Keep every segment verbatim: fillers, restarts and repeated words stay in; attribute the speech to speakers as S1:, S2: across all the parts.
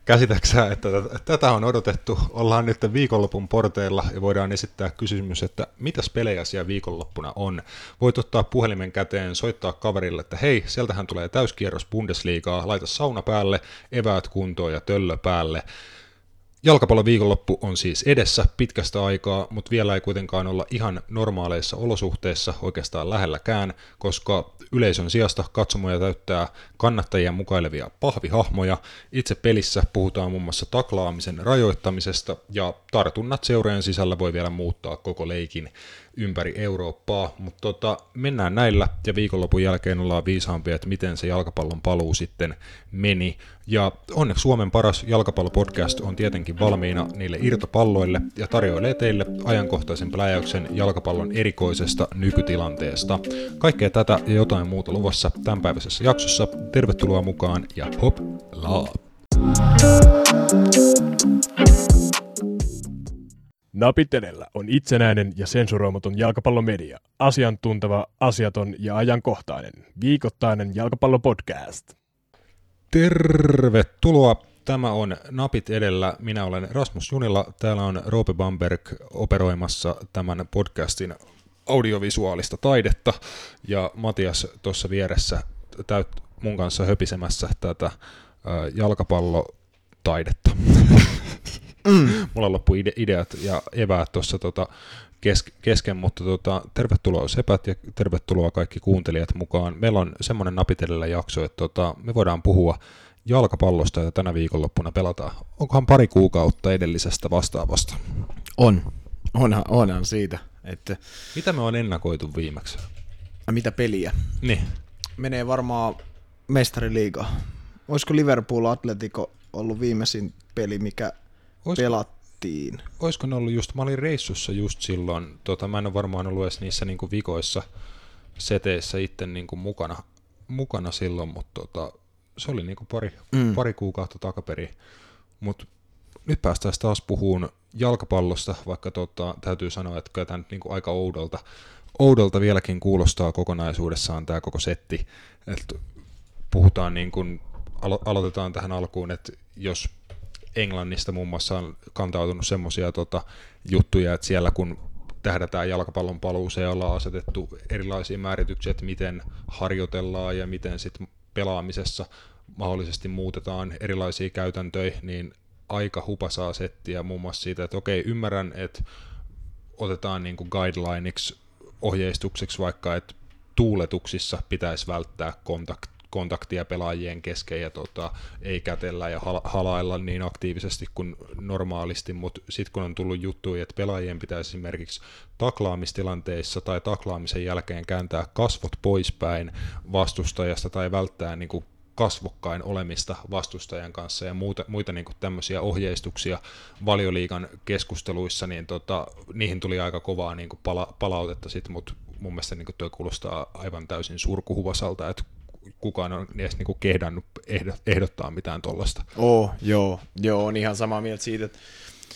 S1: Käsitäksä, että tätä on odotettu. Ollaan nyt viikonlopun porteilla ja voidaan esittää kysymys, että mitäs pelejä siellä viikonloppuna on. Voit ottaa puhelimen käteen, soittaa kaverille, että hei, sieltähän tulee täyskierros Bundesliigaa, laita sauna päälle, eväät kuntoon ja töllö päälle. Jalkapallon viikonloppu on siis edessä pitkästä aikaa, mutta vielä ei kuitenkaan olla ihan normaaleissa olosuhteissa oikeastaan lähelläkään, koska yleisön sijasta katsomoja täyttää kannattajien mukailevia pahvihahmoja. Itse pelissä puhutaan muun muassa taklaamisen rajoittamisesta ja tartunnat seurojen sisällä voi vielä muuttaa koko leikin ympäri Eurooppaa, mutta tota, mennään näillä ja viikonlopun jälkeen ollaan viisaampia, että miten se jalkapallon paluu sitten meni. Ja onneksi Suomen paras jalkapallopodcast on tietenkin valmiina niille irtopalloille ja tarjoilee teille ajankohtaisen pläjäyksen jalkapallon erikoisesta nykytilanteesta. Kaikkea tätä ja jotain muuta luvassa tämänpäiväisessä jaksossa. Tervetuloa mukaan ja hop la!
S2: Napit edellä on itsenäinen ja sensuroimaton jalkapallomedia. Asiantunteva, asiaton ja ajankohtainen. Viikoittainen jalkapallopodcast.
S1: Tervetuloa. Tämä on Napit edellä. Minä olen Rasmus Junila. Täällä on Roope Bamberg operoimassa tämän podcastin audiovisuaalista taidetta. Ja Matias tuossa vieressä täyt mun kanssa höpisemässä tätä äh, jalkapallotaidetta. Mm. Mulla loppu ide- ideat ja eväät tuossa tota kes- kesken, mutta tota, tervetuloa sepät ja tervetuloa kaikki kuuntelijat mukaan. Meillä on semmoinen Napit edellä jakso, että tota, me voidaan puhua jalkapallosta, jota tänä viikonloppuna pelataan. Onkohan pari kuukautta edellisestä vastaavasta?
S3: On. Onhan, onhan siitä. Että
S1: mitä me on ennakoitu viimeksi?
S3: Mitä peliä?
S1: Niin.
S3: Menee varmaan mestariliiga. Olisiko Liverpool Atletico ollut viimeisin peli, mikä Oisko, pelattiin?
S1: Olisiko ne ollut just, mä olin reissussa just silloin, tota, mä en ole varmaan ollut edes niissä niinku vikoissa seteissä itse niinku mukana, mukana silloin, mutta tota, se oli niinku pari, mm. pari kuukautta takaperin. Mutta nyt päästään taas puhumaan jalkapallosta, vaikka tota, täytyy sanoa, että kyllä tämä nyt niinku aika oudolta, oudolta vieläkin kuulostaa kokonaisuudessaan tämä koko setti. Et puhutaan niin kuin, alo- aloitetaan tähän alkuun, että jos Englannista muun muassa on kantautunut semmoisia tota, juttuja, että siellä kun tähdätään jalkapallon paluuseen, ollaan asetettu erilaisia määrityksiä, että miten harjoitellaan ja miten sitten pelaamisessa mahdollisesti muutetaan erilaisia käytäntöjä, niin aika hupasaa settiä muun muassa siitä, että okei, ymmärrän, että otetaan niin kuin guidelineiksi, ohjeistukseksi vaikka, että tuuletuksissa pitäisi välttää kontakt, kontaktia pelaajien kesken ja tota, ei kätellä ja halailla niin aktiivisesti kuin normaalisti, mutta sitten kun on tullut juttuja, että pelaajien pitäisi esimerkiksi taklaamistilanteissa tai taklaamisen jälkeen kääntää kasvot poispäin vastustajasta tai välttää niin kuin kasvokkain olemista vastustajan kanssa ja muuta, muita niin kuin tämmöisiä ohjeistuksia Valioliigan keskusteluissa, niin tota, niihin tuli aika kovaa niin kuin pala- palautetta sitten, mutta mun mielestä niin kuin toi kuulostaa aivan täysin surkuhuvasalta, että kukaan on edes niin kuin kehdannut ehdottaa mitään tollaista.
S3: Oh, joo, joo, on ihan samaa mieltä siitä, että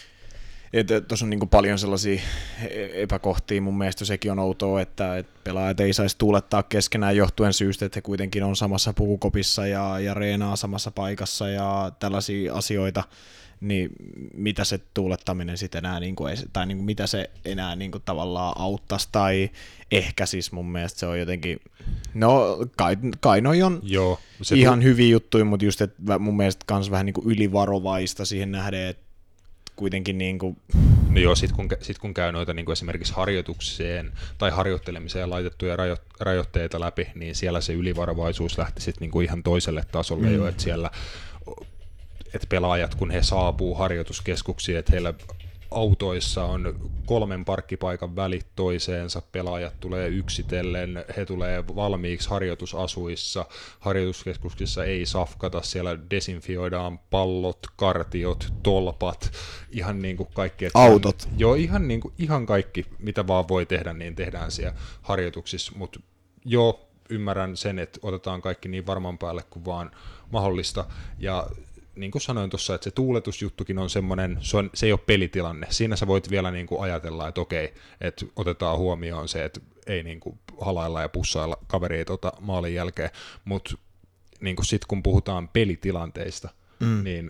S3: että tuossa on niin kuin paljon sellaisia epäkohtia, mun mielestä sekin on outoa, että, että pelaajat ei saisi tuulettaa keskenään johtuen syystä, että he kuitenkin on samassa pukukopissa ja, ja reenaa samassa paikassa ja tällaisia asioita, niin mitä se tuulettaminen sitten enää, niin kuin, tai niin kuin mitä se enää niin kuin tavallaan auttaisi, tai ehkä siis mun mielestä se on jotenkin, no kai, kai noi on
S1: Joo,
S3: ihan
S1: tu-
S3: hyviä juttuja, mutta just että mun mielestä kans vähän niin kuin ylivarovaista siihen nähden, että kuitenkin niin kuin
S1: no joo, sit kun, sit kun käy noita niin kuin esimerkiksi harjoitukseen tai harjoittelemiseen laitettuja rajo- rajoitteita läpi, niin siellä se ylivarovaisuus lähti sit niin kuin ihan toiselle tasolle mm. jo, että siellä että pelaajat, kun he saapuu harjoituskeskuksiin, että heillä autoissa on kolmen parkkipaikan välit toiseensa, pelaajat tulee yksitellen, he tulee valmiiksi harjoitusasuissa, harjoituskeskuksissa ei safkata, siellä desinfioidaan pallot, kartiot, tolpat, ihan niin kuin kaikki.
S3: Autot.
S1: Ihan, joo, ihan, niin kuin, ihan kaikki, mitä vaan voi tehdä, niin tehdään siellä harjoituksissa, mutta joo, ymmärrän sen, että otetaan kaikki niin varman päälle kuin vaan mahdollista, ja niin kuin sanoin tuossa, että se tuuletusjuttukin on semmoinen, se, on, se ei ole pelitilanne. Siinä sä voit vielä niin kuin ajatella, että okei, että otetaan huomioon se, että ei niin kuin halailla ja pussailla kaveria tota maalin jälkeen, mutta niin sitten kun puhutaan pelitilanteista, mm. niin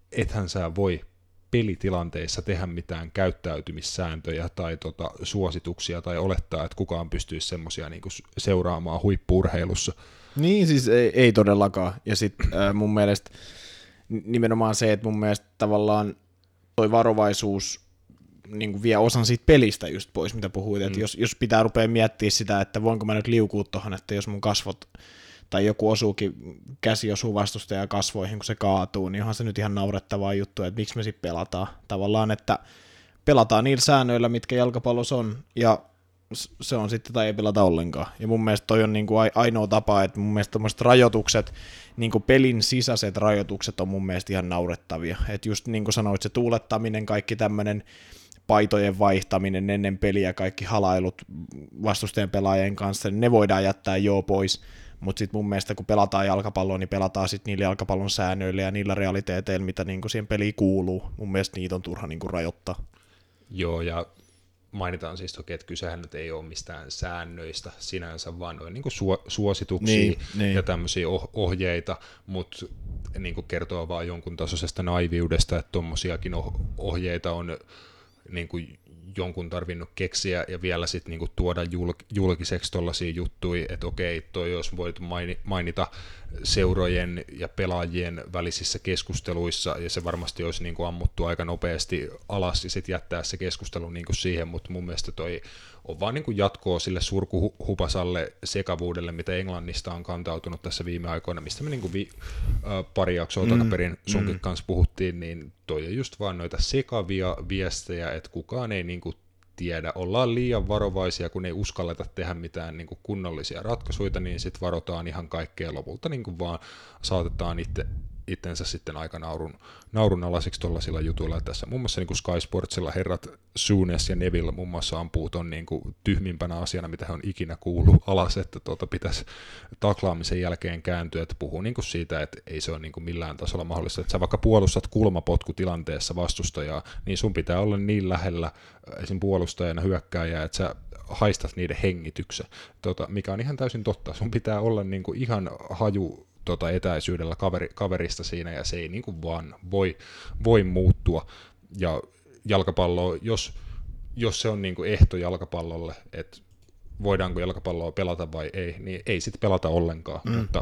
S1: ethän sä voi pelitilanteissa tehdä mitään käyttäytymissääntöjä tai tota, suosituksia tai olettaa, että kukaan pystyisi semmoisia niinku seuraamaan huippu-urheilussa.
S3: Niin, siis ei, ei todellakaan. Ja sitten äh, mun mielestä nimenomaan se, että mun mielestä tavallaan toi varovaisuus niin kuin vie osan siitä pelistä just pois, mitä puhuit. Mm. Että jos, jos pitää rupea miettimään sitä, että voinko mä nyt liukua tuohon, että jos mun kasvot tai joku osuukin, käsi osuu vastustajan kasvoihin, kun se kaatuu, niin onhan se nyt ihan naurettavaa juttu, että miksi me sitten pelataan. Tavallaan, että pelataan niillä säännöillä, mitkä jalkapallossa on, ja se on sitten, tai ei pelata ollenkaan. Ja mun mielestä toi on niin kuin ainoa tapa, että mun mielestä tommoset rajoitukset, niin kuin pelin sisäiset rajoitukset on mun mielestä ihan naurettavia. Että just niin kuin sanoit, se tuulettaminen, kaikki tämmöinen paitojen vaihtaminen ennen peliä, kaikki halailut vastustajan pelaajien kanssa, niin ne voidaan jättää joo pois. Mutta sitten mun mielestä kun pelataan jalkapalloa, niin pelataan sitten niillä jalkapallon säännöillä ja niillä realiteeteilla, mitä niinku siihen peliin kuuluu. Mun mielestä niitä on turha niinku rajoittaa.
S1: Joo, ja mainitaan siis toki, että kysehän nyt ei ole mistään säännöistä sinänsä, vaan noin niinku su- suosituksia
S3: niin, niin.
S1: ja tämmöisiä oh- ohjeita, mutta niinku kertoo vaan jonkun tasoisesta naiviudesta, että tommosiakin oh- ohjeita on niinku jonkun tarvinnut keksiä ja vielä sitten niinku tuoda julk- julkiseksi tollaisia juttuja, että okei, toi jos voit mainita seurojen ja pelaajien välisissä keskusteluissa, ja se varmasti olisi niinku ammuttu aika nopeasti alas ja sitten jättää se keskustelu niinku siihen, mutta mun mielestä toi on vaan niinku jatkoa sille surkuhupasalle sekavuudelle, mitä Englannista on kantautunut tässä viime aikoina, mistä me niinku vi- äh, pari jaksoa mm, takaperin sunkin mm. kanssa puhuttiin, niin toi on just vaan noita sekavia viestejä, että kukaan ei niinku tiedä, ollaan liian varovaisia, kun ei uskalleta tehdä mitään niin kuin kunnollisia ratkaisuja, niin sitten varotaan ihan kaikkea lopulta, niin kuin vaan saatetaan itse, itsensä sitten aika naurun, naurunalaisiksi tuollaisilla jutuilla. Tässä muun muassa niin kuin Sky Sportsilla herrat Souness ja Neville muun muassa ampuu ton niin kuin tyhmimpänä asiana, mitä he on ikinä kuullut alas, että tuota pitäisi taklaamisen jälkeen kääntyä, että puhuu niin kuin siitä, että ei se ole niin kuin millään tasolla mahdollista, että sä vaikka puolustat kulmapotkutilanteessa vastustajaa, niin sun pitää olla niin lähellä esim. Puolustajana hyökkääjää, että sä haistat niiden hengityksen, tota, mikä on ihan täysin totta. Sun pitää olla niin kuin ihan haju tota, etäisyydellä kaveri, kaverista siinä, ja se ei niin kuin vaan voi, voi muuttua. Ja jalkapallo, jos, jos se on niin kuin ehto jalkapallolle, että voidaanko jalkapalloa pelata vai ei, niin ei sitten pelata ollenkaan, mm. mutta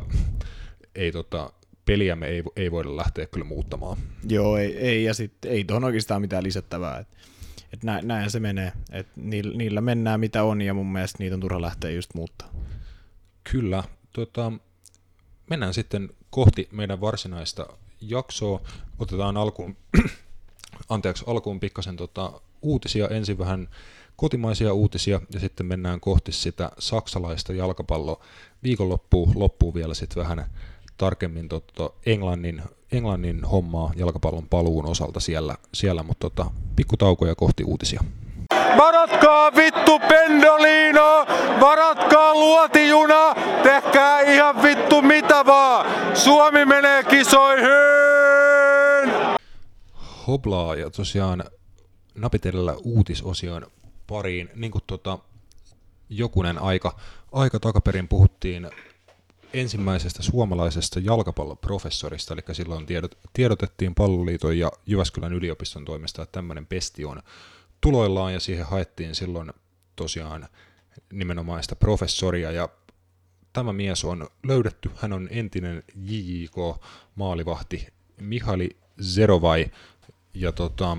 S1: ei tota, peliämme ei, ei voida lähteä kyllä muuttamaan.
S3: Joo, ei, ei ja sitten ei tuohon oikeastaan mitään lisättävää, että et nä, näin se menee, että niillä, niillä mennään mitä on, ja mun mielestä niitä on turha lähteä just muuttaa.
S1: Kyllä, tota, mennään sitten kohti meidän varsinaista jaksoa, otetaan alkuun, anteeksi, alkuun pikkasen tota, uutisia, ensin vähän kotimaisia uutisia, ja sitten mennään kohti sitä saksalaista jalkapalloa. Viikonloppuun loppuu vielä sitten vähän tarkemmin tota Englannin, Englannin hommaa jalkapallon paluun osalta siellä, siellä mutta tota, pikkutaukoja kohti uutisia.
S4: Varatkaa vittu Pendolino, varatkaa luotijuna, tehkää ihan vittu mitä vaan. Suomi menee kisoihin!
S1: Hoblaa, ja tosiaan napitellään uutisosion pariin. Niin kuin tota, jokunen aika, aika takaperin puhuttiin ensimmäisestä suomalaisesta jalkapalloprofessorista, eli silloin tiedot, tiedotettiin Palloliiton ja Jyväskylän yliopiston toimesta, että tämmöinen pesti on tuloillaan, ja siihen haettiin silloin tosiaan nimenomaista professoria, ja tämä mies on löydetty. Hän on entinen J J K-maalivahti Mihaly Zerovai, ja tota,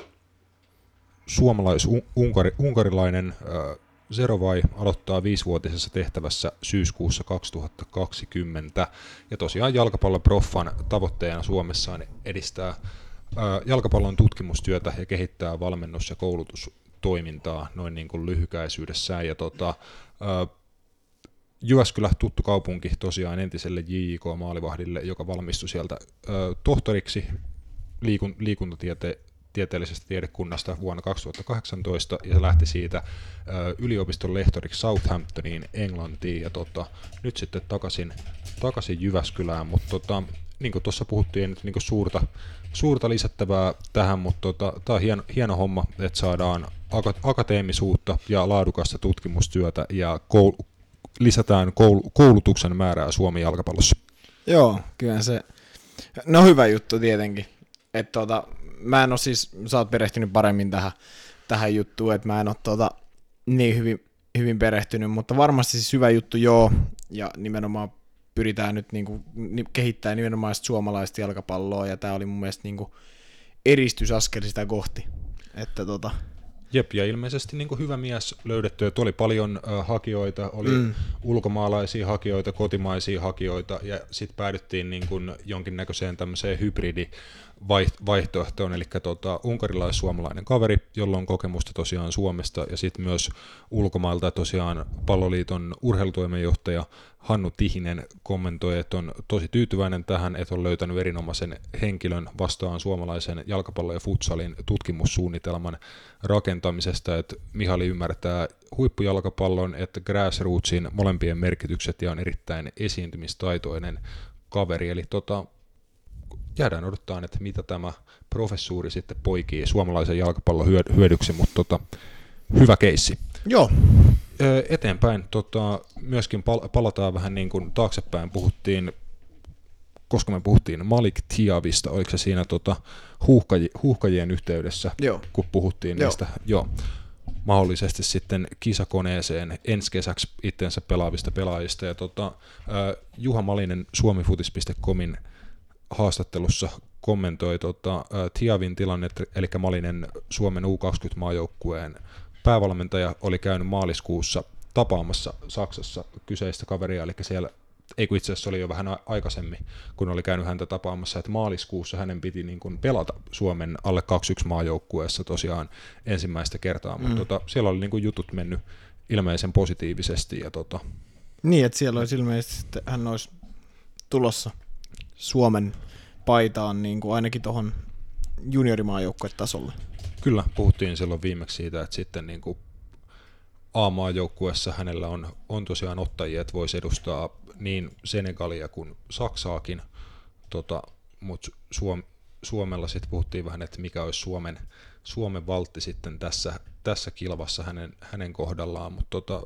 S1: suomalais-unkarilainen äh, Zerovai aloittaa viisivuotisessa tehtävässä syyskuussa kaksituhattakaksikymmentä, ja tosiaan jalkapalloproffan tavoitteena Suomessa on edistää ää, jalkapallon tutkimustyötä ja kehittää valmennus- ja koulutustoimintaa noin niin kuin lyhykäisyydessään, ja tota, ää, Jyväskylä, tuttu kaupunki tosiaan entiselle J J K-maalivahdille, joka valmistui sieltä ää, tohtoriksi liikun, liikuntatieteen tieteellisestä tiedekunnasta vuonna kaksituhattakahdeksantoista, ja se lähti siitä ö, yliopiston lehtoriksi Southamptoniin, Englantiin, ja tota, nyt sitten takaisin, takaisin Jyväskylään, mutta tota, niin kuin tuossa puhuttiin, nyt niin kuin suurta, suurta lisättävää tähän, mutta tota, tämä on hieno, hieno homma, että saadaan aka- akateemisuutta ja laadukasta tutkimustyötä, ja koul- lisätään koul- koulutuksen määrää Suomen jalkapallossa.
S3: Joo, kyllä se, no hyvä juttu tietenkin. Et tota, mä en ole siis, sä oot perehtynyt paremmin tähän, tähän juttuun, että mä en ole tota, niin hyvin, hyvin perehtynyt, mutta varmasti siis hyvä juttu joo, ja nimenomaan pyritään nyt niinku kehittämään nimenomaan suomalaista jalkapalloa, ja tää oli mun mielestä niinku edistysaskel sitä kohti. Että tota...
S1: Jep, ja ilmeisesti niin kuin hyvä mies löydetty, että oli paljon äh, hakijoita, oli mm. ulkomaalaisia hakijoita, kotimaisia hakijoita, ja sitten päädyttiin niin kuin jonkinnäköiseen tämmöiseen hybridivaihtoehtoon, eli tota, unkarilais-suomalainen kaveri, jolla on kokemusta tosiaan Suomesta, ja sitten myös ulkomailta tosiaan Palloliiton urheilutoimenjohtaja Hannu Tihinen kommentoi, että on tosi tyytyväinen tähän, että on löytänyt erinomaisen henkilön vastaan suomalaisen jalkapallon ja futsalin tutkimussuunnitelman rakentamisesta, että Mihali ymmärtää huippujalkapallon, että grassrootsin molempien merkitykset ja on erittäin esiintymistaitoinen kaveri, eli tota, jäädään odottaa, että mitä tämä professuuri sitten poikii suomalaisen jalkapallon hyödyksi, mutta tota, hyvä keissi.
S3: Joo.
S1: Eteenpäin tota, myöskin pal- palataan vähän niin kuin taaksepäin, puhuttiin, koska me puhuttiin Malik Tiavista, oliko se siinä tota, huuhkaji- huuhkajien yhteydessä,
S3: Joo.
S1: kun puhuttiin
S3: Joo.
S1: niistä, joo, mahdollisesti sitten kisakoneeseen ensi kesäksi itsensä pelaavista pelaajista, ja tota, Juha Malinen suomifutis piste comin haastattelussa kommentoi tota, Tiavin tilannetta, eli Malinen Suomen U kaksikymmentä-maajoukkueen päävalmentaja oli käynyt maaliskuussa tapaamassa Saksassa kyseistä kaveria, eli siellä, ei kun itse asiassa oli jo vähän aikaisemmin, kun oli käynyt häntä tapaamassa, että maaliskuussa hänen piti niin kuin pelata Suomen alle kaksikymmentä-maajoukkueessa tosiaan ensimmäistä kertaa, mm. mutta tota, siellä oli niin kuin jutut mennyt ilmeisen positiivisesti. Ja tota...
S3: Niin, että siellä olisi ilmeisesti, että hän olisi tulossa Suomen paitaan niin kuin ainakin tuohon juniorimaajoukkuetasolle.
S1: Kyllä, puhuttiin silloin viimeksi siitä, että sitten niin kuin A-maajoukkueessa hänellä on, on tosiaan ottajia, että voisi edustaa niin Senegalia kuin Saksaakin, tota, mutta Suom, Suomella sitten puhuttiin vähän, että mikä olisi Suomen, Suomen valtti sitten tässä, tässä kilvassa hänen, hänen kohdallaan, mutta tota,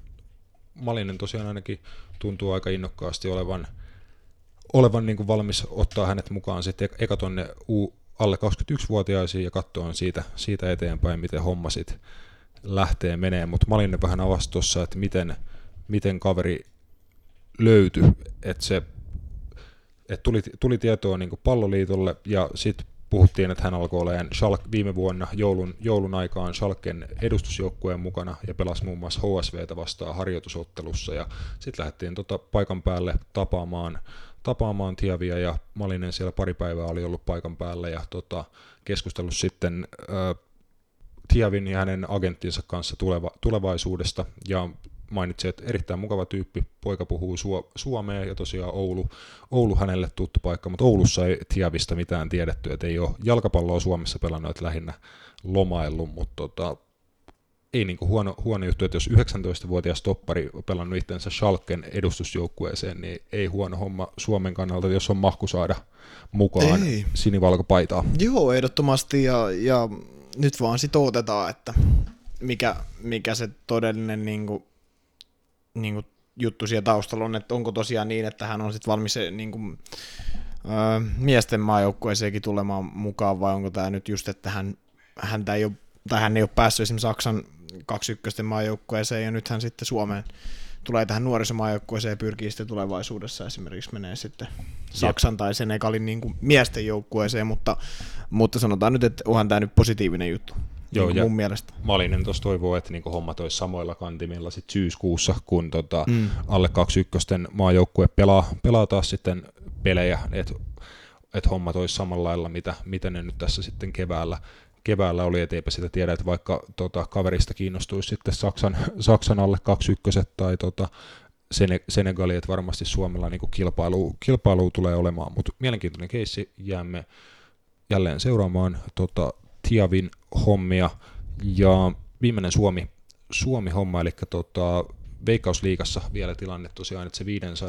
S1: Malinen tosiaan ainakin tuntuu aika innokkaasti olevan, olevan niin kuin valmis ottaa hänet mukaan sitten eka tonne U alle kaksikymmentäyksivuotiaisiin ja katsoa siitä, siitä eteenpäin, miten homma sitten lähtee menee, mutta Malinen vähän avasi tuossa, että miten, miten kaveri löytyi, että se että tuli, tuli tietoa niin kuin Palloliitolle ja sitten puhuttiin, että hän alkoi olemaan Schalke viime vuonna joulun, joulun aikaan Schalken edustusjoukkueen mukana ja pelasi muun muassa H S V:tä vastaan harjoitusottelussa ja sitten lähdettiin tota paikan päälle tapaamaan tapaamaan Tiavia ja Malinen siellä pari päivää oli ollut paikan päällä ja tota, keskustellut sitten ä, Tiavin ja hänen agenttinsa kanssa tuleva, tulevaisuudesta ja mainitsi, että erittäin mukava tyyppi, poika puhuu su- suomea ja tosiaan Oulu, Oulu hänelle tuttu paikka, mutta Oulussa ei Tiavista mitään tiedetty, että ei ole jalkapalloa Suomessa pelannut, että lähinnä lomaillut, mutta tota, ei niinku huono, huono juttu, että jos yhdeksäntoistavuotias toppari on pelannut itsensä Schalken edustusjoukkueeseen, niin ei huono homma Suomen kannalta, jos on mahku saada mukaan ei. Sinivalkopaitaa.
S3: Joo, ehdottomasti, ja, ja nyt vaan sitoutetaan, että mikä, mikä se todellinen niinku, niinku juttu siellä taustalla on, että onko tosiaan niin, että hän on sitten valmis niinku, öö, miesten maajoukkueeseenkin tulemaan mukaan, vai onko tämä nyt just, että hän, häntä ei ole, tai hän ei ole päässyt esimerkiksi Saksan kaksikkösten maajoukkueeseen, ja nyt hän sitten Suomeen tulee tähän nuorisomaajoukkueeseen ja pyrkii sitten tulevaisuudessa esimerkiksi menee sitten Saksan Jep. tai Senegalin niin kuin miesten joukkueeseen, mutta, mutta sanotaan nyt, että onhan tämä nyt positiivinen juttu. Joo, niin mun mielestä.
S1: Malinen tuossa toivoo, että niinku hommat olisi samoilla kantimilla sit syyskuussa, kun tota mm. alle kaksikkösten maajoukkue pelaa, pelaa taas sitten pelejä, että et hommat olisi samalla lailla, mitä, mitä ne nyt tässä sitten keväällä, keväällä oli, et eipä sitä tiedä, että vaikka tota, kaverista kiinnostuisi sitten Saksan, Saksan alle kaksikköset tai tota, Senegali, että varmasti Suomella niinku kilpailu, kilpailu tulee olemaan, mutta mielenkiintoinen keissi, jäämme jälleen seuraamaan tota, Tiavin hommia, ja viimeinen Suomi, Suomi-homma, eli tota, Veikkausliigassa vielä tilanne tosiaan, että se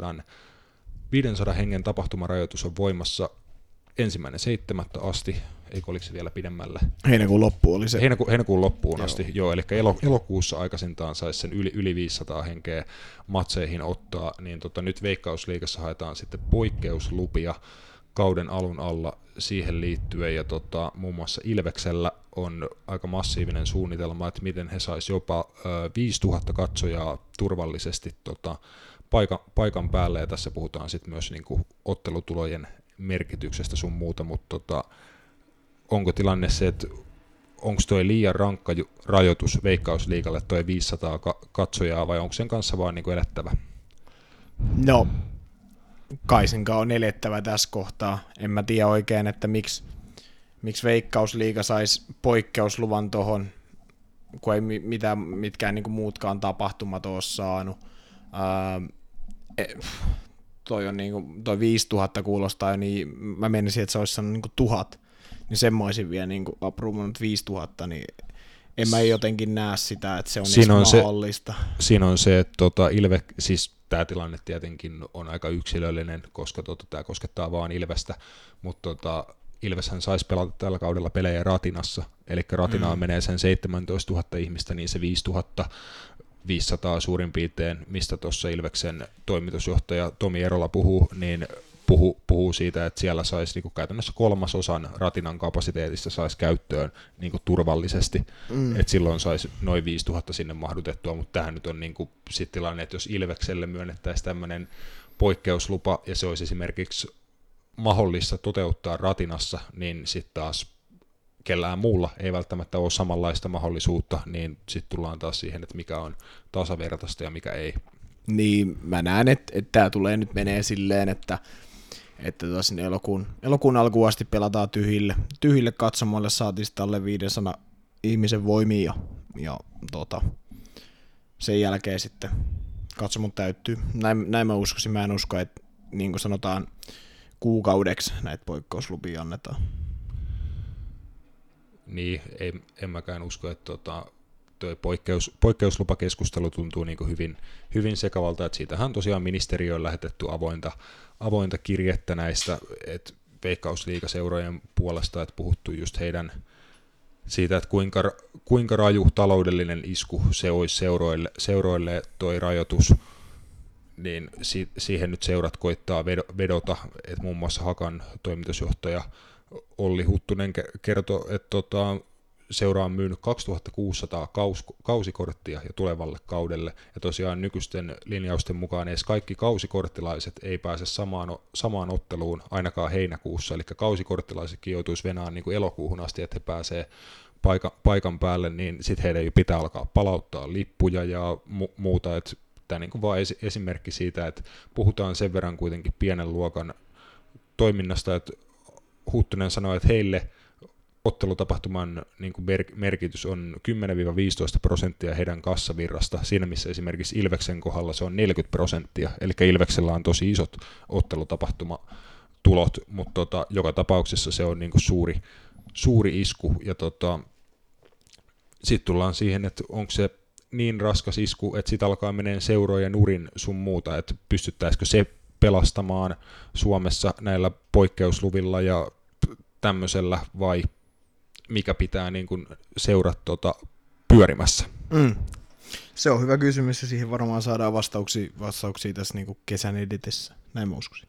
S1: viisisataa hengen tapahtumarajoitus on voimassa ensimmäinen seitsemättä asti, eikö oliko se vielä pidemmälle?
S3: Heinäkuun loppu oli se.
S1: Heinäku, heinäkuun loppuun
S3: joo.
S1: asti, joo, eli elo, elokuussa aikaisintaan saisi sen yli, yli viisisataa henkeä matseihin ottaa, niin tota, nyt Veikkausliigassa haetaan sitten poikkeuslupia kauden alun alla siihen liittyen, ja tota, muun muassa Ilveksellä on aika massiivinen suunnitelma, että miten he sais jopa ö, viisituhatta katsojaa turvallisesti tota, paikan, paikan päälle, ja tässä puhutaan sitten myös niinku ottelutulojen merkityksestä sun muuta, mutta tota, onko tilanne se, että onko toi liian rankka rajoitus Veikkausliigalle toi viisisataa katsojaa, vai onko sen kanssa vaan niinku elettävä?
S3: No, kai sen on elettävä tässä kohtaa. En mä tiedä oikein, että miksi, miksi Veikkausliiga saisi poikkeusluvan tuohon, kun ei mitään, mitkään niinku muutkaan tapahtumat ole saanut. Ää, toi, on niinku, toi viisituhatta kuulostaa jo, niin mä menisin, että se olisi sanonut niinku tuhat, niin semmoisin vielä niinku approuvannut viisituhatta, niin en mä jotenkin näe sitä, että se on
S1: siinä
S3: edes
S1: on
S3: mahdollista.
S1: Se, siinä on se, että tota, Ilve, siis tämä tilanne tietenkin on aika yksilöllinen, koska tota, tämä koskettaa vaan Ilvestä, mutta tota, Ilveshän saisi pelata tällä kaudella pelejä Ratinassa, eli Ratinaan mm. menee sen seitsemäntoistatuhatta ihmistä, niin se viisituhatta viisisataa suurin piirtein, mistä tuossa Ilveksen toimitusjohtaja Tomi Erola puhuu, niin puhuu, puhuu siitä, että siellä saisi niinku käytännössä kolmasosan Ratinan kapasiteetista saisi käyttöön niinku turvallisesti, mm. että silloin saisi noin viisituhatta sinne mahdutettua, mutta tähän nyt on niinku sit tilanne, että jos Ilvekselle myönnettäisiin tämmöinen poikkeuslupa, ja se olisi esimerkiksi mahdollista toteuttaa Ratinassa, niin sitten taas kellään muulla ei välttämättä ole samanlaista mahdollisuutta, niin sitten tullaan taas siihen, että mikä on tasavertaista ja mikä ei.
S3: Niin, mä näen, että, että tämä tulee nyt menee silleen, että, että tota sinne elokuun, elokuun alkuun asti pelataan tyhjille, tyhjille katsomoille, saatiin sitten alle viisisataa ihmisen voimia, ja, ja tota, sen jälkeen sitten katsomot täyttyy. Näin, näin mä uskoisin, mä en usko, että niin kuin sanotaan kuukaudeksi näitä poikkeuslupia annetaan.
S1: Niin, ei, en mäkään usko, että tota, tuo poikkeus, poikkeuslupakeskustelu tuntuu niin kuin hyvin, hyvin sekavalta, että siitähän on tosiaan ministeriöön lähetetty avointa, avointa kirjettä näistä, että Veikkausliigaseurojen puolesta, että puhuttu just heidän siitä, että kuinka, kuinka raju taloudellinen isku se olisi seuroille, seuroille toi rajoitus, niin si, siihen nyt seurat koittaa vedota, että muun muassa Hakan toimitusjohtaja Olli Huttunen kertoi, että tota, seura on myynyt kaksituhattakuusisataa kaus, kausikorttia ja tulevalle kaudelle, ja tosiaan nykyisten linjausten mukaan edes kaikki kausikorttilaiset ei pääse samaan, samaan otteluun ainakaan heinäkuussa, eli kausikorttilaisetkin joutuisi venaan niin kuin elokuuhun asti, että he pääsee paikan, paikan päälle, niin sitten heidän pitää alkaa palauttaa lippuja ja mu- muuta, että tämä niin kuin vaan esi- esimerkki siitä, että puhutaan sen verran kuitenkin pienen luokan toiminnasta, että Huttunen sanoi, että heille ottelutapahtuman niin kuin merkitys on kymmenen viisitoista prosenttia heidän kassavirrasta, siinä missä esimerkiksi Ilveksen kohdalla se on neljäkymmentä prosenttia, eli Ilveksellä on tosi isot ottelutapahtumatulot, mutta tota, joka tapauksessa se on niin kuin suuri, suuri isku, ja tota, sitten tullaan siihen, että onko se niin raskas isku, että sitten alkaa menee seurojen nurin sun muuta, että pystyttäisikö se pelastamaan Suomessa näillä poikkeusluvilla ja tämmöisellä, vai mikä pitää niin kuin seurat tota pyörimässä?
S3: Mm. Se on hyvä kysymys, ja siihen varmaan saadaan vastauksia, vastauksia tässä niin kuin kesän edetessä. Näin mä uskoisin.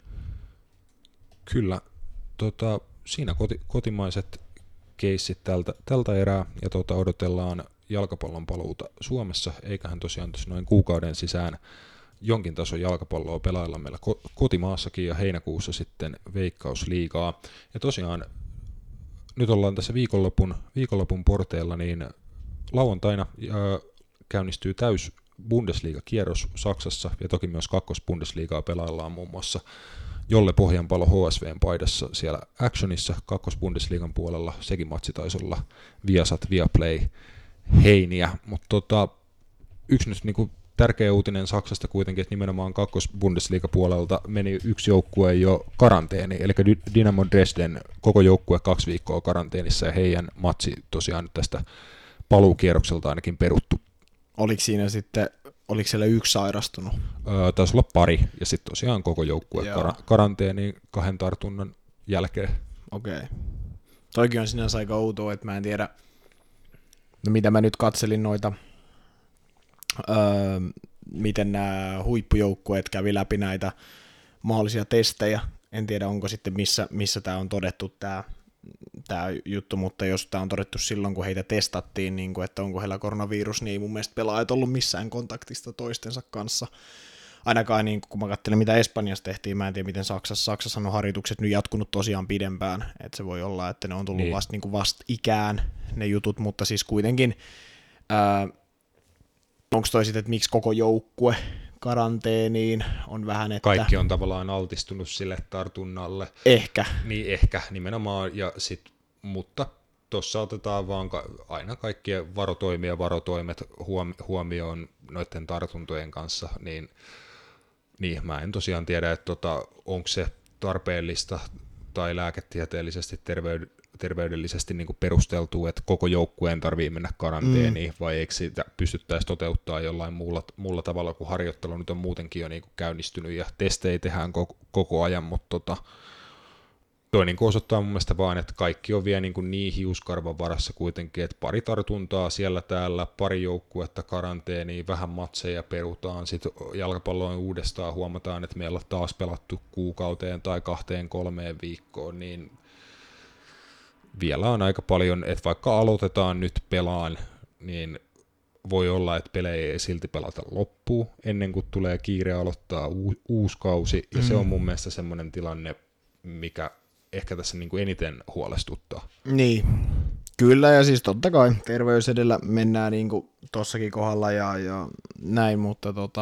S1: Kyllä. Tota, siinä koti, kotimaiset keissit tältä, tältä erää, ja tota, odotellaan jalkapallon paluuta Suomessa, eiköhän tosiaan tuossa noin kuukauden sisään jonkin tason jalkapalloa pelailla meillä kotimaassakin, ja heinäkuussa sitten Veikkausliigaa. Ja tosiaan nyt ollaan tässä viikonlopun, viikonlopun porteilla, niin lauantaina ja käynnistyy täys Bundesliga-kierros Saksassa, ja toki myös kakkos-Bundesliigaa pelaillaan muun muassa Jolle Pohjanpalo H S V:n paidassa siellä Actionissa kakkos-Bundesliigan puolella, sekin matsi taisi olla Viasat, Viaplay, heiniä, mutta tota, yksi nyt niinku tärkeä uutinen Saksasta kuitenkin, että nimenomaan kakkos-Bundesliga-puolelta meni yksi joukkue jo karanteeni, eli Dynamo Dresden koko joukkue kaksi viikkoa karanteenissa, ja heidän matsi tosiaan nyt tästä paluukierrokselta ainakin peruttu.
S3: Oliko siinä sitten, oliko siellä yksi sairastunut?
S1: Öö, taisi olla pari, ja sitten tosiaan koko joukkue kar- karanteeni kahden tartunnan jälkeen.
S3: Okei. Okay. Toikin on sinänsä aika outoa, että mä en tiedä, no mitä mä nyt katselin noita, öö, miten nämä huippujoukkueet kävi läpi näitä mahdollisia testejä, En tiedä, onko sitten missä, missä tämä on todettu tämä tämä juttu, mutta jos tämä on todettu silloin, kun heitä testattiin, niin kuin, että onko heillä koronavirus, niin ei mun mielestä pelaajat ollut missään kontaktista toistensa kanssa. Ainakaan niin, kun mä katselin, mitä Espanjassa tehtiin, mä en tiedä, miten Saksassa. Saksassa on harjoitukset nyt jatkunut tosiaan pidempään, että se voi olla, että ne on tullut niin. vasta niin vast ikään ne jutut, mutta siis kuitenkin, ää, onko toi sitten, että miksi koko joukkue karanteeniin on vähän, että...
S1: Kaikki on tavallaan altistunut sille tartunnalle.
S3: Ehkä.
S1: Niin ehkä, nimenomaan, ja sit, mutta tuossa otetaan vaan ka- aina kaikkien varotoimia varotoimet huom- huomioon noiden tartuntojen kanssa, niin, niin mä en tosiaan tiedä, että tota, onko se tarpeellista tai lääketieteellisesti terveyd- terveydellisesti niin kuin perusteltua, että koko joukkueen tarvii mennä karanteeniin, mm. vai eikö sitä pystyttäisi toteuttaa jollain muulla, muulla tavalla, kun harjoittelu nyt on muutenkin jo niin kuin käynnistynyt ja testejä tehdään koko, koko ajan, mutta tota, toi niin kuin osoittaa mun mielestä vaan, että kaikki on vielä niin, kuin niin hiuskarvan varassa kuitenkin, että pari tartuntaa siellä täällä, pari joukkuetta karanteeniin, vähän matseja perutaan, sitten jalkapalloon uudestaan huomataan, että meillä on taas pelattu kuukauteen tai kahteen kolmeen viikkoon, niin vielä on aika paljon, että vaikka aloitetaan nyt pelaan, niin voi olla, että pelejä ei silti pelata loppuun ennen kuin tulee kiire aloittaa u- uusi kausi, ja mm. se on mun mielestä semmoinen tilanne, mikä ehkä tässä niin kuin eniten huolestuttaa.
S3: Niin, kyllä, ja siis totta kai terveys edellä mennään niin kuin tossakin kohdalla ja, ja näin, mutta tota,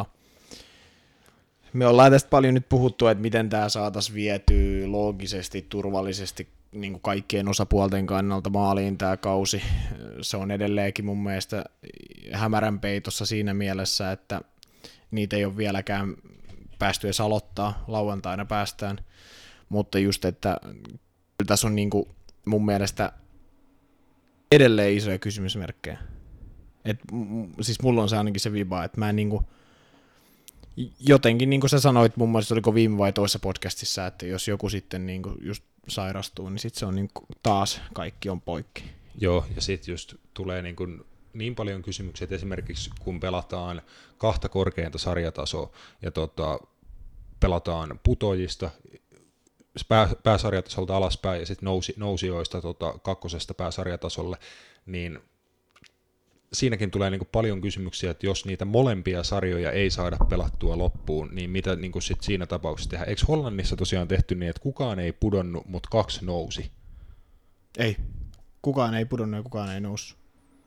S3: me ollaan tästä paljon nyt puhuttu, että miten tämä saataisiin vietyä loogisesti, turvallisesti niin kuin kaikkien osapuolten kannalta maaliin tämä kausi. Se on edelleenkin mun mielestä hämärän peitossa siinä mielessä, että niitä ei ole vieläkään päästy edes aloittaa, lauantaina päästään, mutta just, että tässä on niin kuin mun mielestä edelleen isoja kysymysmerkkejä. Et, siis mulla on se ainakin se viba, että mä en niin kuin, jotenkin niin kuin sä sanoit, mun mielestä oliko viime vai toisessa podcastissa, että jos joku sitten niin kuin just sairastuu, niin sitten se on niin kuin taas kaikki on poikki.
S1: Joo, ja sitten just tulee niin, kuin niin paljon kysymyksiä, että esimerkiksi kun pelataan kahta korkeinta sarjatasoa ja tota, pelataan putoajista pää, pääsarjatasolta alaspäin ja sitten nousi, nousijoista tota, kakkosesta pääsarjatasolle, niin siinäkin tulee niin kuin paljon kysymyksiä, että jos niitä molempia sarjoja ei saada pelattua loppuun, niin mitä niin kuin sit siinä tapauksessa tehdään? Eikö Hollannissa tosiaan tehty niin, että kukaan ei pudonnut, mutta kaksi nousi?
S3: Ei. Kukaan ei pudonnut ja kukaan ei noussut.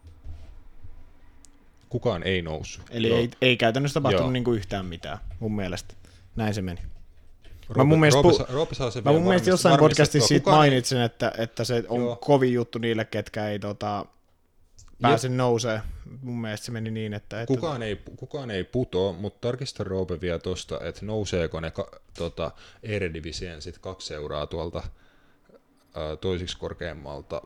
S1: Kukaan ei noussut.
S3: Eli ei, ei käytännössä tapahtunut niin kuin yhtään mitään, mun mielestä. Näin se meni.
S1: Roope,
S3: mä mun mielestä,
S1: Roope,
S3: pu-
S1: Roope saa sen
S3: mä mun mielestä jossain podcastissa siitä mainitsin,
S1: ei...
S3: että, että se on
S1: Joo.
S3: kovin juttu niille, ketkä ei tota, pääse nousee. Mun mielestä se meni niin, että... että
S1: kukaan, ei, kukaan ei putoa, mutta tarkista Roope vielä tuosta, että nouseeko ne ka, tota, Eredivisien sit kaksi seuraa tuolta ää, toisiksi korkeammalta.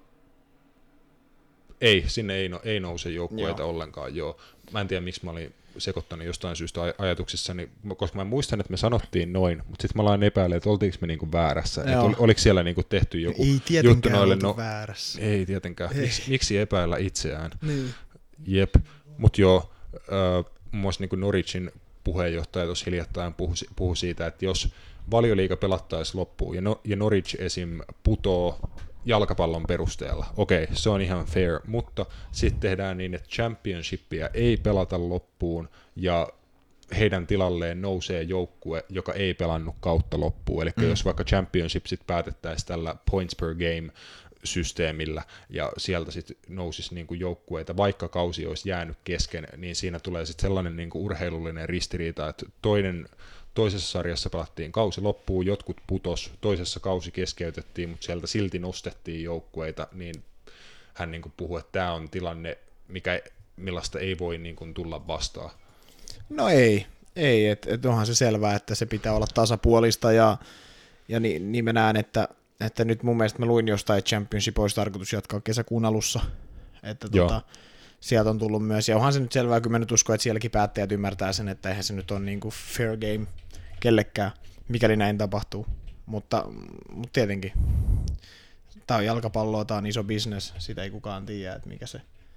S1: Ei, sinne ei, no, ei nouse joukkueita joo. ollenkaan, joo. Mä en tiedä, miksi mä olin sekoittanut jostain syystä aj- ajatuksissani, koska mä muistan, että me sanottiin noin, mutta sitten mä aloin epäillä, että oltiinko me niinku väärässä, että ol, oliko siellä niinku tehty joku
S3: ei
S1: juttu noille.
S3: No, väärässä.
S1: Ei tietenkään, ei. Miks, miksi epäillä itseään?
S3: Niin.
S1: Jep, mutta joo, äh, muun muassa niin Norwichin puheenjohtaja tuossa hiljattain puhui, puhui siitä, että jos Valioliiga pelattaisiin loppuun ja, no, ja Norwich esim. Putoo jalkapallon perusteella, okei, se on ihan fair, mutta sitten tehdään niin, että championshipia ei pelata loppuun ja heidän tilalleen nousee joukkue, joka ei pelannut kautta loppuun, eli mm. jos vaikka championship sitten päätettäisiin tällä points per game systeemillä ja sieltä sitten nousisi niinku joukkueita, vaikka kausi olisi jäänyt kesken, niin siinä tulee sitten sellainen niinku urheilullinen ristiriita, että toinen, toisessa sarjassa pelattiin kausi loppuun, jotkut putos, toisessa kausi keskeytettiin, mutta sieltä silti nostettiin joukkueita, niin hän niinku puhui, että tämä on tilanne, mikä, millaista ei voi niinku tulla vastaan.
S3: No ei, ei että et onhan se selvää, että se pitää olla tasapuolista ja, ja niin, niin mä näen, että että nyt mun mielestä mä luin jostain, että Championship olisi tarkoitus jatkaa kesäkuun alussa, että tuota, sieltä on tullut myös, ja onhan se nyt selvää, kun mä nyt uskon, että sielläkin päättäjät ymmärtää sen, että eihän se nyt ole niin kuin fair game kellekään, mikäli näin tapahtuu, mutta, mutta tietenkin, tämä on jalkapalloa, tämä on iso business, sitä ei kukaan tiedä, että mikä se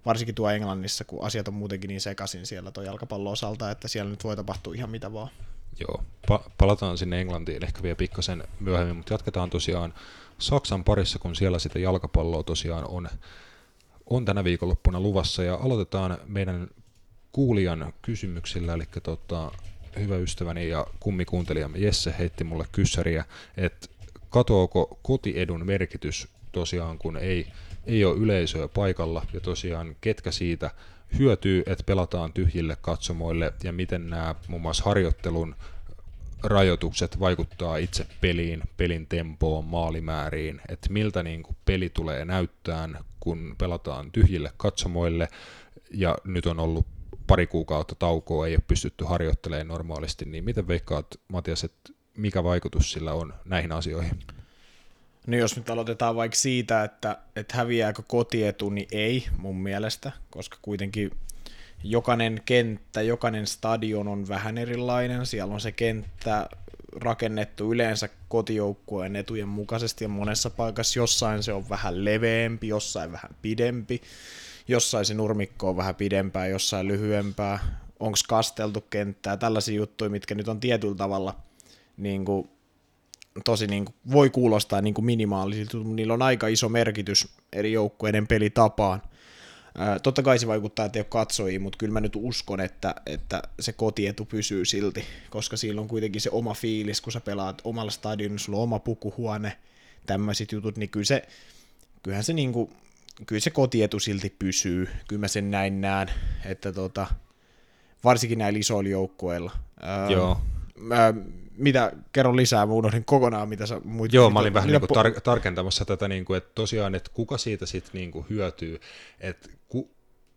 S3: varsinkin tuo Englannissa, kun asiat on muutenkin niin sekaisin siellä tuo jalkapallon osalta, että siellä nyt voi tapahtua ihan mitä vaan.
S1: Joo, pa- palataan sinne Englantiin ehkä vielä pikkasen myöhemmin, mutta jatketaan tosiaan Saksan parissa, kun siellä sitä jalkapalloa tosiaan on, on tänä viikonloppuna luvassa, ja aloitetaan meidän kuulijan kysymyksillä, eli tota, hyvä ystäväni ja kummikuuntelijamme Jesse heitti mulle kyssäriä, että katoako kotiedun merkitys tosiaan, kun ei, ei ole yleisöä paikalla, ja tosiaan ketkä siitä hyötyy, että pelataan tyhjille katsomoille, ja miten nämä muun muassa harjoittelun rajoitukset vaikuttaa itse peliin, pelin tempoon, maalimääriin, että miltä niin kuin peli tulee näyttään, kun pelataan tyhjille katsomoille, ja nyt on ollut pari kuukautta taukoa, ei ole pystytty harjoittelemaan normaalisti, niin miten veikkaat, Matias, että mikä vaikutus sillä on näihin asioihin?
S3: No jos nyt aloitetaan vaikka siitä, että, että häviääkö kotietu, niin ei mun mielestä, koska kuitenkin jokainen kenttä, jokainen stadion on vähän erilainen, siellä on se kenttä rakennettu yleensä kotijoukkueen etujen mukaisesti ja monessa paikassa jossain se on vähän leveämpi, jossain vähän pidempi, jossain se nurmikko on vähän pidempää, jossain lyhyempää, onko kasteltu kenttää, tällaisia juttuja, mitkä nyt on tietyllä tavalla niin kuin, tosi niin kuin, voi kuulostaa niin kuin minimaalisilta, mutta niillä on aika iso merkitys eri joukkueiden pelitapaan. Ää, totta kai se vaikuttaa, että ei ole katsojia, mutta kyllä mä nyt uskon, että, että se kotietu pysyy silti, koska siinä on kuitenkin se oma fiilis, kun sä pelaat omalla stadionilla, sulla on oma pukuhuone, tämmöiset jutut, niin kyllä se, kyllähän se niin kuin, kyllä se kotietu silti pysyy, kyllä mä sen näin näen, että tota, varsinkin näillä isoilla joukkueilla. Ää,
S1: Joo.
S3: Ää, mitä, kerro lisää, mä unohdin kokonaan, mitä sä muut...
S1: Joo, mä olin vähän
S3: mitä,
S1: niin kuin tar- tarkentamassa tätä, niin kuin, että tosiaan, että kuka siitä sitten niin kuin hyötyy, että ku,